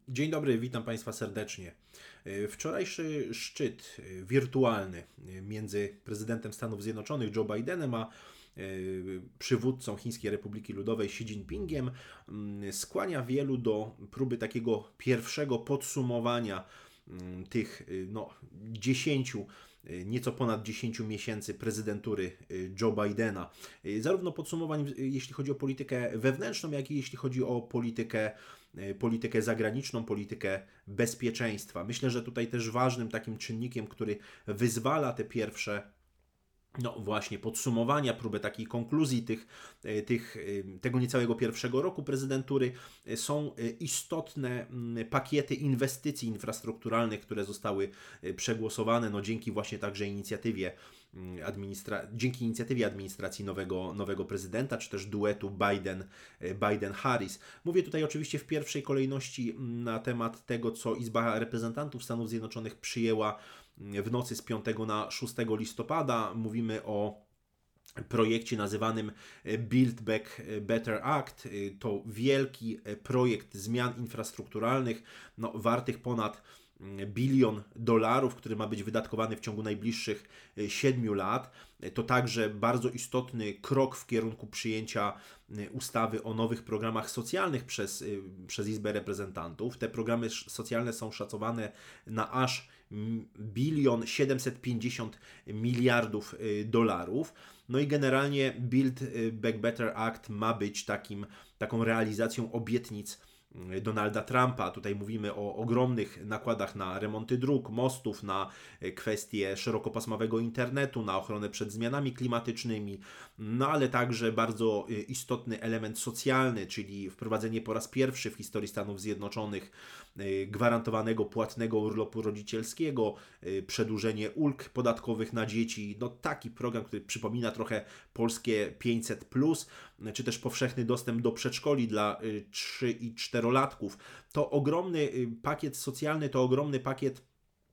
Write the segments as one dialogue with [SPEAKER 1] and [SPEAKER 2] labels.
[SPEAKER 1] Dzień dobry, witam Państwa serdecznie. Wczorajszy szczyt wirtualny między prezydentem Stanów Zjednoczonych Joe Bidenem a przywódcą Chińskiej Republiki Ludowej Xi Jinpingiem skłania wielu do próby takiego pierwszego podsumowania tych 10, nieco ponad 10 miesięcy prezydentury Joe Bidena. Zarówno podsumowań, jeśli chodzi o politykę wewnętrzną, jak i jeśli chodzi o politykę zagraniczną, politykę bezpieczeństwa. Myślę, że tutaj też ważnym takim czynnikiem, który wyzwala te pierwsze właśnie podsumowania, próbę takiej konkluzji tego niecałego pierwszego roku prezydentury są istotne pakiety inwestycji infrastrukturalnych, które zostały przegłosowane dzięki właśnie także dzięki inicjatywie administracji nowego prezydenta, czy też duetu Biden-Harris. Mówię tutaj oczywiście w pierwszej kolejności na temat tego, co Izba Reprezentantów Stanów Zjednoczonych przyjęła w nocy z 5 na 6 listopada. Mówimy o projekcie nazywanym Build Back Better Act. To wielki projekt zmian infrastrukturalnych, wartych ponad $1 bilion, który ma być wydatkowany w ciągu najbliższych 7 lat. To także bardzo istotny krok w kierunku przyjęcia ustawy o nowych programach socjalnych przez Izbę Reprezentantów. Te programy socjalne są szacowane na aż $1,750 miliardów. No i generalnie Build Back Better Act ma być taką realizacją obietnic Donalda Trumpa. Tutaj mówimy o ogromnych nakładach na remonty dróg, mostów, na kwestie szerokopasmowego internetu, na ochronę przed zmianami klimatycznymi, ale także bardzo istotny element socjalny, czyli wprowadzenie po raz pierwszy w historii Stanów Zjednoczonych gwarantowanego płatnego urlopu rodzicielskiego, przedłużenie ulg podatkowych na dzieci, taki program, który przypomina trochę polskie 500+, czy też powszechny dostęp do przedszkoli dla 3 i 4-latków. To ogromny pakiet socjalny, to ogromny pakiet,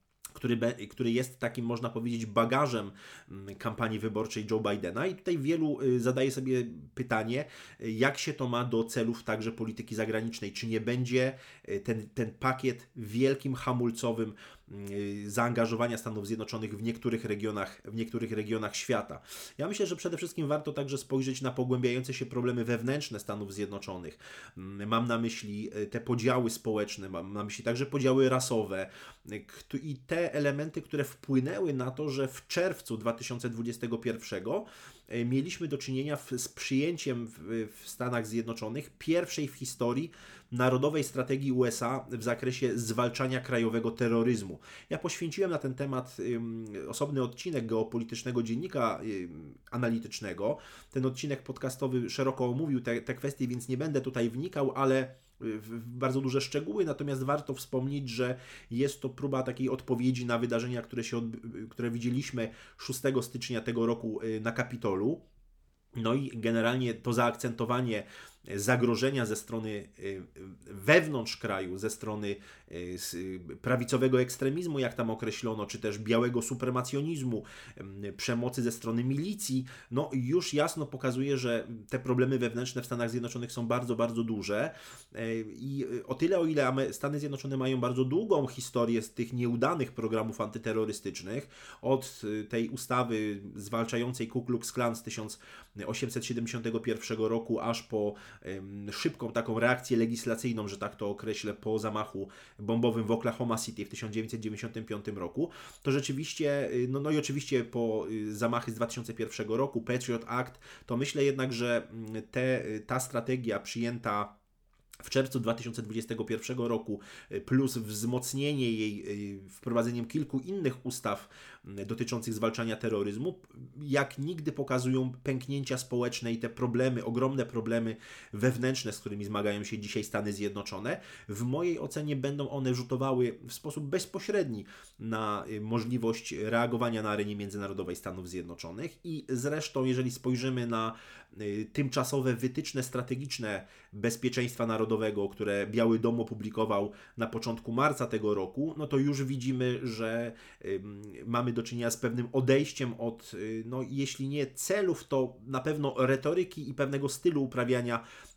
[SPEAKER 1] który jest takim, można powiedzieć, bagażem kampanii wyborczej Joe Bidena. I tutaj wielu zadaje sobie pytanie, jak się to ma do celów także polityki zagranicznej. Czy nie będzie ten pakiet wielkim hamulcowym zaangażowania Stanów Zjednoczonych w niektórych regionach świata. Ja myślę, że przede wszystkim warto także spojrzeć na pogłębiające się problemy wewnętrzne Stanów Zjednoczonych. Mam na myśli te podziały społeczne, mam na myśli także podziały rasowe i te elementy, które wpłynęły na to, że w czerwcu 2021 mieliśmy do czynienia z przyjęciem w Stanach Zjednoczonych pierwszej w historii narodowej strategii USA w zakresie zwalczania krajowego terroryzmu. Ja poświęciłem na ten temat osobny odcinek geopolitycznego dziennika analitycznego. Ten odcinek podcastowy szeroko omówił te kwestie, więc nie będę tutaj wnikał, ale w bardzo duże szczegóły, natomiast warto wspomnieć, że jest to próba takiej odpowiedzi na wydarzenia, które widzieliśmy 6 stycznia tego roku na Kapitolu. No i generalnie to zaakcentowanie zagrożenia ze strony wewnątrz kraju, ze strony prawicowego ekstremizmu, jak tam określono, czy też białego supremacjonizmu, przemocy ze strony milicji, już jasno pokazuje, że te problemy wewnętrzne w Stanach Zjednoczonych są bardzo, bardzo duże i o tyle, o ile Stany Zjednoczone mają bardzo długą historię z tych nieudanych programów antyterrorystycznych, od tej ustawy zwalczającej Ku Klux Klan z 1871 roku, aż po szybką taką reakcję legislacyjną, że tak to określę, po zamachu bombowym w Oklahoma City w 1995 roku, to rzeczywiście, i oczywiście po zamachy z 2001 roku, Patriot Act, to myślę jednak, że ta strategia przyjęta w czerwcu 2021 roku, plus wzmocnienie jej wprowadzeniem kilku innych ustaw dotyczących zwalczania terroryzmu, jak nigdy pokazują pęknięcia społeczne i te problemy, ogromne problemy wewnętrzne, z którymi zmagają się dzisiaj Stany Zjednoczone. W mojej ocenie będą one rzutowały w sposób bezpośredni na możliwość reagowania na arenie międzynarodowej Stanów Zjednoczonych i zresztą, jeżeli spojrzymy na tymczasowe wytyczne strategiczne bezpieczeństwa narodowego, które Biały Dom opublikował na początku marca tego roku, to już widzimy, że mamy do czynienia z pewnym odejściem od, jeśli nie celów, to na pewno retoryki i pewnego stylu uprawiania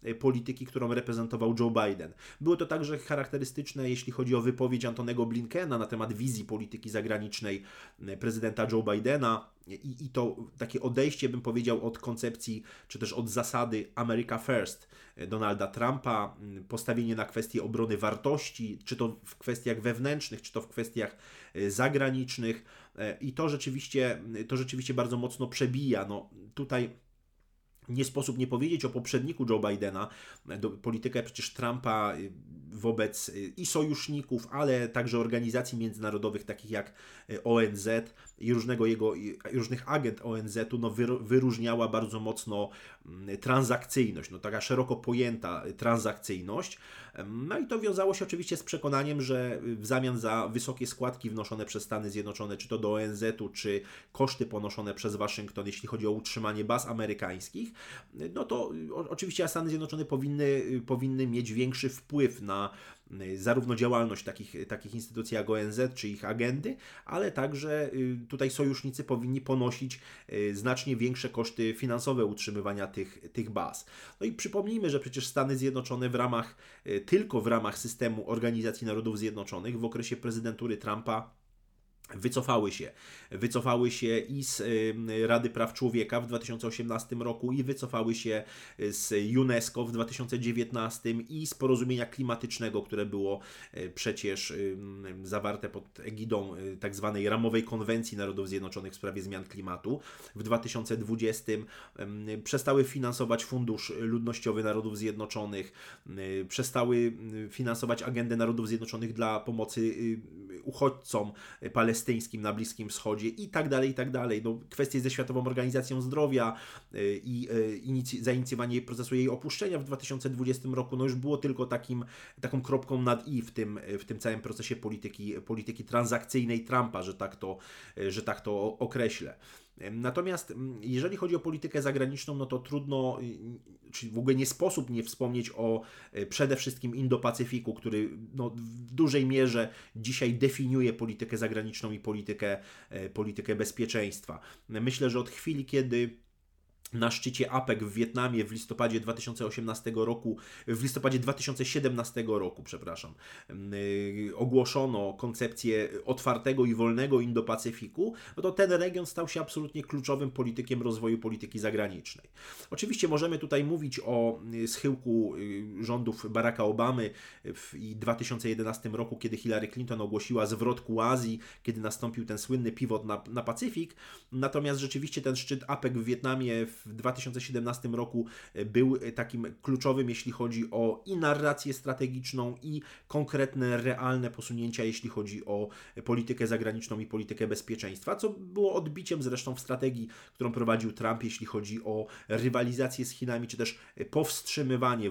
[SPEAKER 1] polityki, którą reprezentował Joe Biden. Było to także charakterystyczne, jeśli chodzi o wypowiedź Antonego Blinkena na temat wizji polityki zagranicznej prezydenta Joe Bidena i to takie odejście, bym powiedział, od koncepcji, czy też od zasady America First Donalda Trumpa, postawienie na kwestie obrony wartości, czy to w kwestiach wewnętrznych, czy to w kwestiach zagranicznych i to rzeczywiście bardzo mocno przebija. No, tutaj nie sposób nie powiedzieć o poprzedniku Joe Bidena, politykę przecież Trumpa wobec i sojuszników, ale także organizacji międzynarodowych takich jak ONZ i różnych agent ONZ-u wyróżniała bardzo mocno transakcyjność, taka szeroko pojęta transakcyjność. No i to wiązało się oczywiście z przekonaniem, że w zamian za wysokie składki wnoszone przez Stany Zjednoczone, czy to do ONZ-u, czy koszty ponoszone przez Waszyngton, jeśli chodzi o utrzymanie baz amerykańskich, no to oczywiście Stany Zjednoczone powinny mieć większy wpływ na zarówno działalność takich instytucji jak ONZ czy ich agendy, ale także tutaj sojusznicy powinni ponosić znacznie większe koszty finansowe utrzymywania tych baz. No i przypomnijmy, że przecież Stany Zjednoczone tylko w ramach systemu Organizacji Narodów Zjednoczonych w okresie prezydentury Trumpa wycofały się i z Rady Praw Człowieka w 2018 roku i wycofały się z UNESCO w 2019 i z porozumienia klimatycznego, które było przecież zawarte pod egidą tak zwanej ramowej konwencji Narodów Zjednoczonych w sprawie zmian klimatu. W 2020 przestały finansować Fundusz Ludnościowy Narodów Zjednoczonych, przestały finansować agendę Narodów Zjednoczonych dla pomocy uchodźcom palestyńskim na Bliskim Wschodzie i tak dalej, i tak dalej. No, kwestie ze Światową Organizacją Zdrowia i zainicjowanie procesu jej opuszczenia w 2020 roku, no już było tylko taką kropką nad i w tym całym procesie polityki transakcyjnej Trumpa, że tak to określę. Natomiast jeżeli chodzi o politykę zagraniczną, no to trudno, czy w ogóle nie sposób nie wspomnieć o przede wszystkim Indo-Pacyfiku, który w dużej mierze dzisiaj definiuje politykę zagraniczną i politykę bezpieczeństwa. Myślę, że od chwili, kiedy na szczycie APEC w Wietnamie w listopadzie 2017 roku, ogłoszono koncepcję otwartego i wolnego Indo-Pacyfiku, no to ten region stał się absolutnie kluczowym politykiem rozwoju polityki zagranicznej. Oczywiście możemy tutaj mówić o schyłku rządów Baracka Obamy w 2011 roku, kiedy Hillary Clinton ogłosiła zwrot ku Azji, kiedy nastąpił ten słynny pivot na Pacyfik, natomiast rzeczywiście ten szczyt APEC w Wietnamie w 2017 roku był takim kluczowym, jeśli chodzi o i narrację strategiczną, i konkretne, realne posunięcia, jeśli chodzi o politykę zagraniczną i politykę bezpieczeństwa, co było odbiciem zresztą w strategii, którą prowadził Trump, jeśli chodzi o rywalizację z Chinami, czy też powstrzymywanie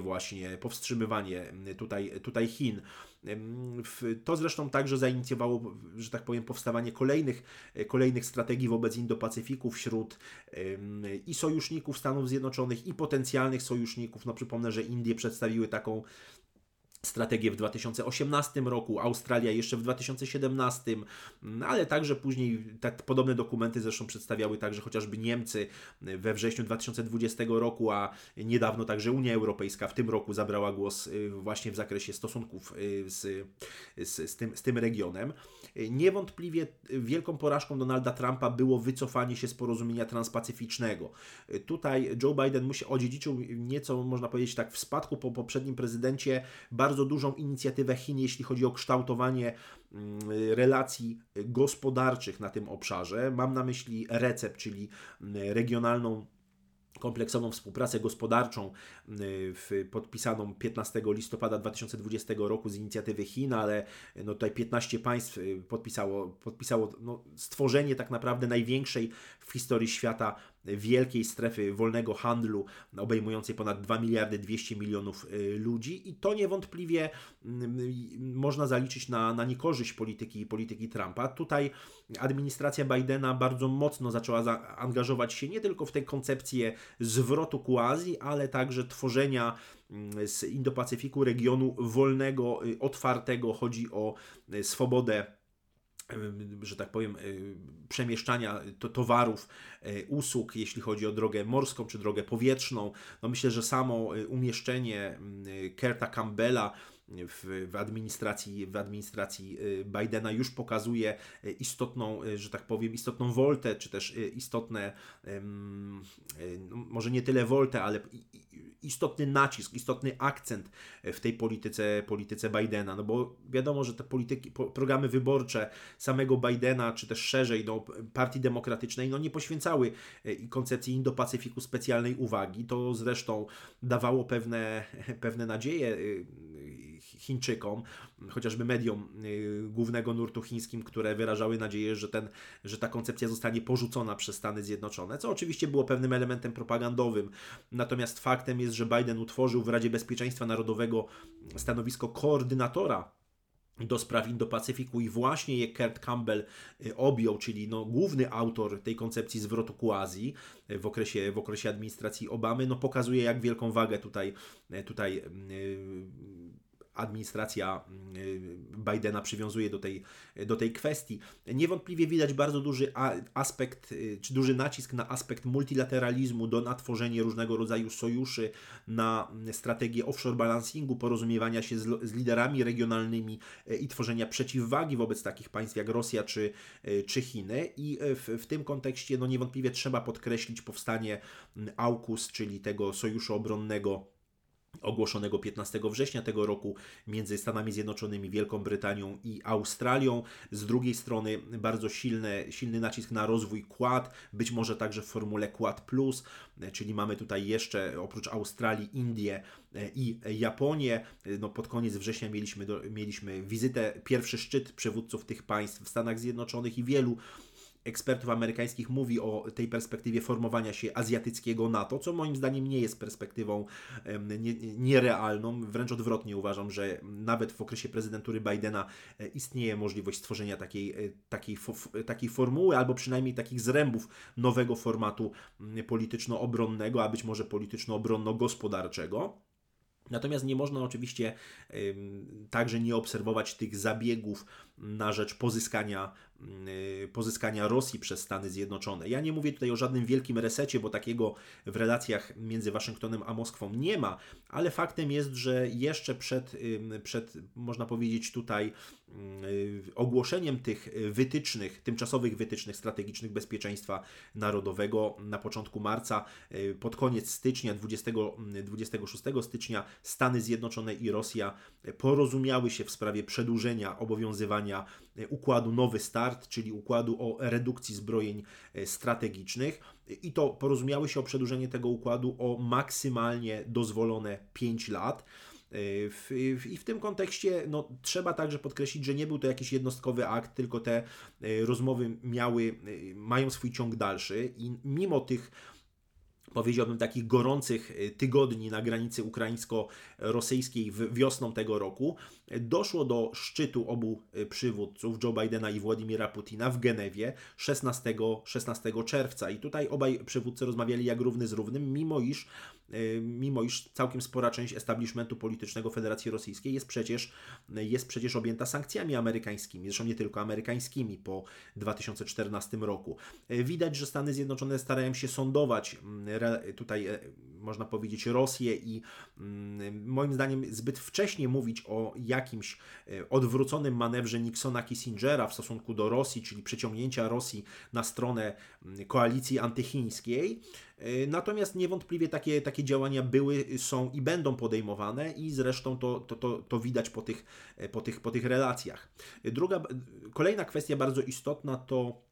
[SPEAKER 1] tutaj Chin. To zresztą także zainicjowało, że tak powiem, powstawanie kolejnych strategii wobec Indo-Pacyfiku wśród i sojuszników Stanów Zjednoczonych, i potencjalnych sojuszników. No przypomnę, że Indie przedstawiły taką strategię w 2018 roku, Australia jeszcze w 2017, ale także później podobne dokumenty zresztą przedstawiały także chociażby Niemcy we wrześniu 2020 roku, a niedawno także Unia Europejska w tym roku zabrała głos właśnie w zakresie stosunków z tym regionem. Niewątpliwie wielką porażką Donalda Trumpa było wycofanie się z porozumienia transpacyficznego. Tutaj Joe Biden odziedziczył nieco, można powiedzieć tak, w spadku po poprzednim prezydencie bardzo dużą inicjatywę Chin, jeśli chodzi o kształtowanie relacji gospodarczych na tym obszarze. Mam na myśli RCEP, czyli regionalną kompleksową współpracę gospodarczą podpisaną 15 listopada 2020 roku z inicjatywy Chin, ale tutaj 15 państw podpisało stworzenie tak naprawdę największej w historii świata wielkiej strefy wolnego handlu obejmującej ponad 2 miliardy 200 milionów ludzi i to niewątpliwie można zaliczyć na niekorzyść polityki Trumpa. Tutaj administracja Bidena bardzo mocno zaczęła zaangażować się nie tylko w tę koncepcję zwrotu ku Azji, ale także tworzenia z Indo-Pacyfiku regionu wolnego, otwartego. Chodzi o swobodę że tak powiem, przemieszczania towarów, usług, jeśli chodzi o drogę morską czy drogę powietrzną. No myślę, że samo umieszczenie Kurta Campbella w administracji Bidena już pokazuje istotną, że tak powiem, istotną woltę, czy też istotne, może nie tyle woltę, ale istotny nacisk, istotny akcent w tej polityce Bidena, no bo wiadomo, że te programy wyborcze samego Bidena, czy też szerzej Partii Demokratycznej, no nie poświęcały koncepcji Indo-Pacyfiku specjalnej uwagi. To zresztą dawało pewne nadzieje Chińczykom, chociażby mediom głównego nurtu chińskim, które wyrażały nadzieję, że ta koncepcja zostanie porzucona przez Stany Zjednoczone, co oczywiście było pewnym elementem propagandowym. Natomiast faktem jest, że Biden utworzył w Radzie Bezpieczeństwa Narodowego stanowisko koordynatora do spraw Indo-Pacyfiku i właśnie je Kurt Campbell objął, czyli główny autor tej koncepcji zwrotu ku Azji w okresie administracji Obamy, pokazuje, jak wielką wagę tutaj administracja Bidena przywiązuje do tej kwestii. Niewątpliwie widać bardzo duży aspekt, czy duży nacisk na aspekt multilateralizmu, na tworzenie różnego rodzaju sojuszy, na strategię offshore balancingu, porozumiewania się z liderami regionalnymi i tworzenia przeciwwagi wobec takich państw jak Rosja czy Chiny. I w tym kontekście niewątpliwie trzeba podkreślić powstanie AUKUS, czyli tego sojuszu obronnego ogłoszonego 15 września tego roku między Stanami Zjednoczonymi, Wielką Brytanią i Australią. Z drugiej strony bardzo silny nacisk na rozwój Quad, być może także w formule Quad Plus, czyli mamy tutaj jeszcze oprócz Australii, Indię i Japonię. Pod koniec września mieliśmy wizytę, pierwszy szczyt przywódców tych państw w Stanach Zjednoczonych i wielu ekspertów amerykańskich mówi o tej perspektywie formowania się azjatyckiego NATO, co moim zdaniem nie jest perspektywą nierealną. Wręcz odwrotnie uważam, że nawet w okresie prezydentury Bidena istnieje możliwość stworzenia takiej formuły, albo przynajmniej takich zrębów nowego formatu polityczno-obronnego, a być może polityczno-obronno-gospodarczego. Natomiast nie można oczywiście także nie obserwować tych zabiegów na rzecz pozyskania Rosji przez Stany Zjednoczone. Ja nie mówię tutaj o żadnym wielkim resecie, bo takiego w relacjach między Waszyngtonem a Moskwą nie ma, ale faktem jest, że jeszcze przed można powiedzieć tutaj ogłoszeniem tych tymczasowych wytycznych strategicznych bezpieczeństwa narodowego na początku marca, pod koniec stycznia, 26 stycznia, Stany Zjednoczone i Rosja porozumiały się w sprawie przedłużenia obowiązywania układu Nowy Start, czyli układu o redukcji zbrojeń strategicznych, i to porozumiały się o przedłużenie tego układu o maksymalnie dozwolone 5 lat. I w tym kontekście trzeba także podkreślić, że nie był to jakiś jednostkowy akt, tylko te rozmowy mają swój ciąg dalszy i mimo tych, powiedziałbym, takich gorących tygodni na granicy ukraińsko-rosyjskiej wiosną tego roku, doszło do szczytu obu przywódców, Joe Bidena i Władimira Putina, w Genewie 16 czerwca. I tutaj obaj przywódcy rozmawiali jak równy z równym, mimo iż całkiem spora część establishmentu politycznego Federacji Rosyjskiej jest przecież objęta sankcjami amerykańskimi, zresztą nie tylko amerykańskimi, po 2014 roku. Widać, że Stany Zjednoczone starają się sondować tutaj, można powiedzieć, Rosję i moim zdaniem zbyt wcześnie mówić o jakimś odwróconym manewrze Nixona-Kissingera w stosunku do Rosji, czyli przeciągnięcia Rosji na stronę koalicji antychińskiej. Natomiast niewątpliwie takie działania były, są i będą podejmowane i zresztą to widać po tych relacjach. Kolejna kwestia bardzo istotna to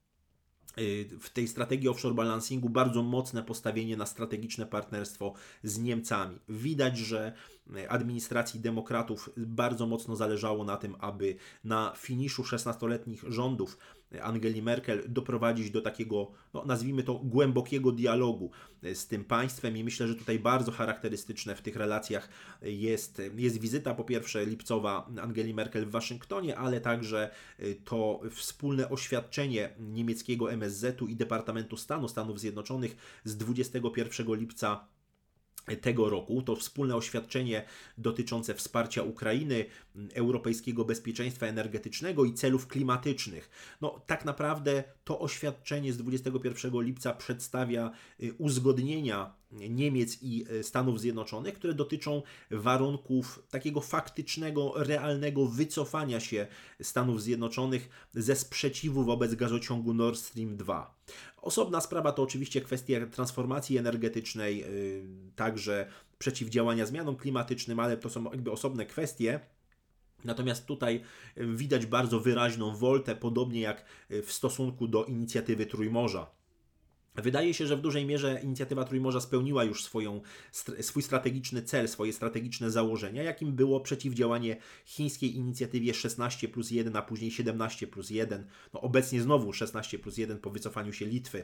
[SPEAKER 1] w tej strategii offshore balancingu bardzo mocne postawienie na strategiczne partnerstwo z Niemcami. Widać, że administracji demokratów bardzo mocno zależało na tym, aby na finiszu 16-letnich rządów Angeli Merkel doprowadzić do takiego, nazwijmy to, głębokiego dialogu z tym państwem i myślę, że tutaj bardzo charakterystyczne w tych relacjach jest wizyta po pierwsze lipcowa Angeli Merkel w Waszyngtonie, ale także to wspólne oświadczenie niemieckiego MSZ-u i Departamentu Stanu Stanów Zjednoczonych z 21 lipca tego roku. To wspólne oświadczenie dotyczące wsparcia Ukrainy europejskiego bezpieczeństwa energetycznego i celów klimatycznych. No, tak naprawdę to oświadczenie z 21 lipca przedstawia uzgodnienia Niemiec i Stanów Zjednoczonych, które dotyczą warunków takiego faktycznego, realnego wycofania się Stanów Zjednoczonych ze sprzeciwu wobec gazociągu Nord Stream 2. Osobna sprawa to oczywiście kwestia transformacji energetycznej, także przeciwdziałania zmianom klimatycznym, ale to są jakby osobne kwestie. Natomiast tutaj widać bardzo wyraźną woltę, podobnie jak w stosunku do inicjatywy Trójmorza. Wydaje się, że w dużej mierze inicjatywa Trójmorza spełniła już swój strategiczny cel, swoje strategiczne założenia, jakim było przeciwdziałanie chińskiej inicjatywie 16+1, a później 17+1. No, obecnie znowu 16+1 po wycofaniu się Litwy.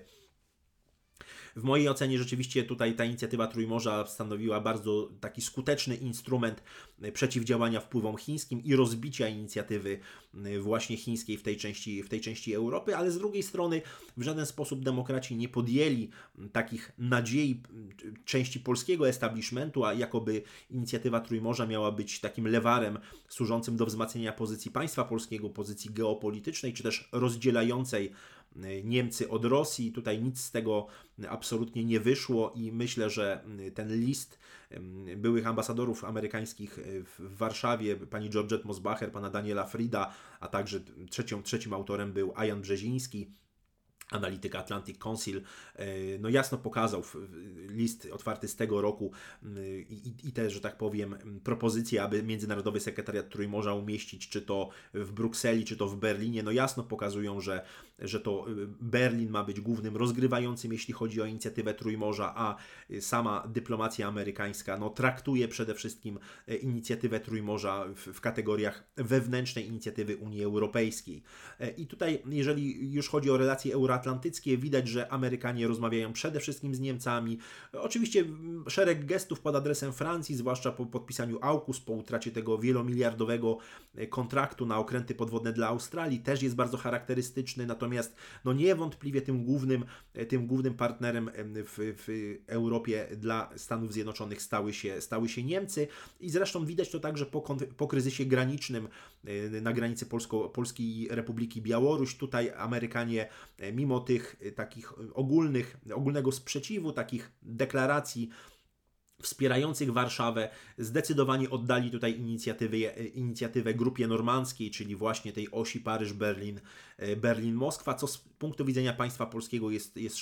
[SPEAKER 1] W mojej ocenie rzeczywiście tutaj ta inicjatywa Trójmorza stanowiła bardzo taki skuteczny instrument przeciwdziałania wpływom chińskim i rozbicia inicjatywy właśnie chińskiej w tej części Europy, ale z drugiej strony w żaden sposób demokraci nie podjęli takich nadziei części polskiego establishmentu, a jakoby inicjatywa Trójmorza miała być takim lewarem służącym do wzmacniania pozycji państwa polskiego, pozycji geopolitycznej, czy też rozdzielającej Niemcy od Rosji. Tutaj nic z tego absolutnie nie wyszło i myślę, że ten list byłych ambasadorów amerykańskich w Warszawie, pani Georgette Mosbacher, pana Daniela Frida, a także trzecim autorem był Ian Brzeziński, analityk Atlantic Council, no jasno pokazał list otwarty z tego roku i te, że tak powiem, propozycje, aby Międzynarodowy Sekretariat Trójmorza umieścić, czy to w Brukseli, czy to w Berlinie, no jasno pokazują, że to Berlin ma być głównym rozgrywającym, jeśli chodzi o inicjatywę Trójmorza, a sama dyplomacja amerykańska no, traktuje przede wszystkim inicjatywę Trójmorza w kategoriach wewnętrznej inicjatywy Unii Europejskiej. I tutaj, jeżeli już chodzi o relacje euroatlantyckie, widać, że Amerykanie rozmawiają przede wszystkim z Niemcami. Oczywiście szereg gestów pod adresem Francji, zwłaszcza po podpisaniu AUKUS, po utracie tego wielomiliardowego kontraktu na okręty podwodne dla Australii, też jest bardzo charakterystyczny, natomiast no niewątpliwie tym głównym partnerem w Europie dla Stanów Zjednoczonych stały się Niemcy i zresztą widać to także po kryzysie granicznym na granicy Polskiej Republiki Białoruś. Tutaj Amerykanie mimo tych takich ogólnego sprzeciwu, takich deklaracji wspierających Warszawę, zdecydowanie oddali tutaj inicjatywę grupie normandzkiej, czyli właśnie tej osi Paryż-Berlin, Berlin-Moskwa, co z punktu widzenia państwa polskiego jest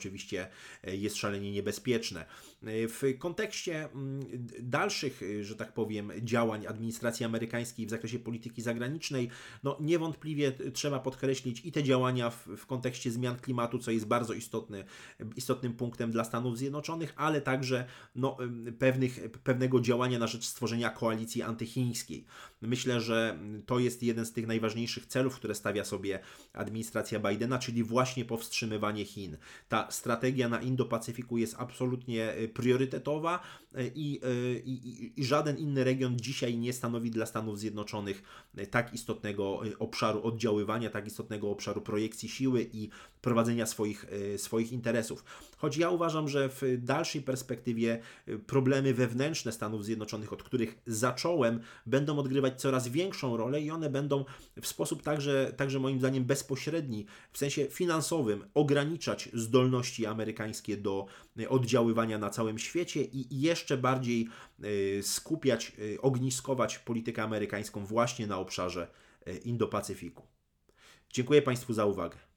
[SPEAKER 1] szalenie niebezpieczne. W kontekście dalszych, że tak powiem, działań administracji amerykańskiej w zakresie polityki zagranicznej, no niewątpliwie trzeba podkreślić i te działania w kontekście zmian klimatu, co jest bardzo istotnym punktem dla Stanów Zjednoczonych, ale także no, pewnego działania na rzecz stworzenia koalicji antychińskiej. Myślę, że to jest jeden z tych najważniejszych celów, które stawia sobie administracja Bidena, czyli właśnie powstrzymywanie Chin. Ta strategia na Indo-Pacyfiku jest absolutnie priorytetowa i żaden inny region dzisiaj nie stanowi dla Stanów Zjednoczonych tak istotnego obszaru oddziaływania, tak istotnego obszaru projekcji siły i prowadzenia swoich interesów. Choć ja uważam, że w dalszej perspektywie problemy wewnętrzne Stanów Zjednoczonych, od których zacząłem, będą odgrywać coraz większą rolę i one będą w sposób także moim zdaniem bezpośredni, w sensie finansowym, ograniczać zdolności amerykańskie do oddziaływania na całym świecie i jeszcze bardziej skupiać, ogniskować politykę amerykańską właśnie na obszarze Indo-Pacyfiku. Dziękuję Państwu za uwagę.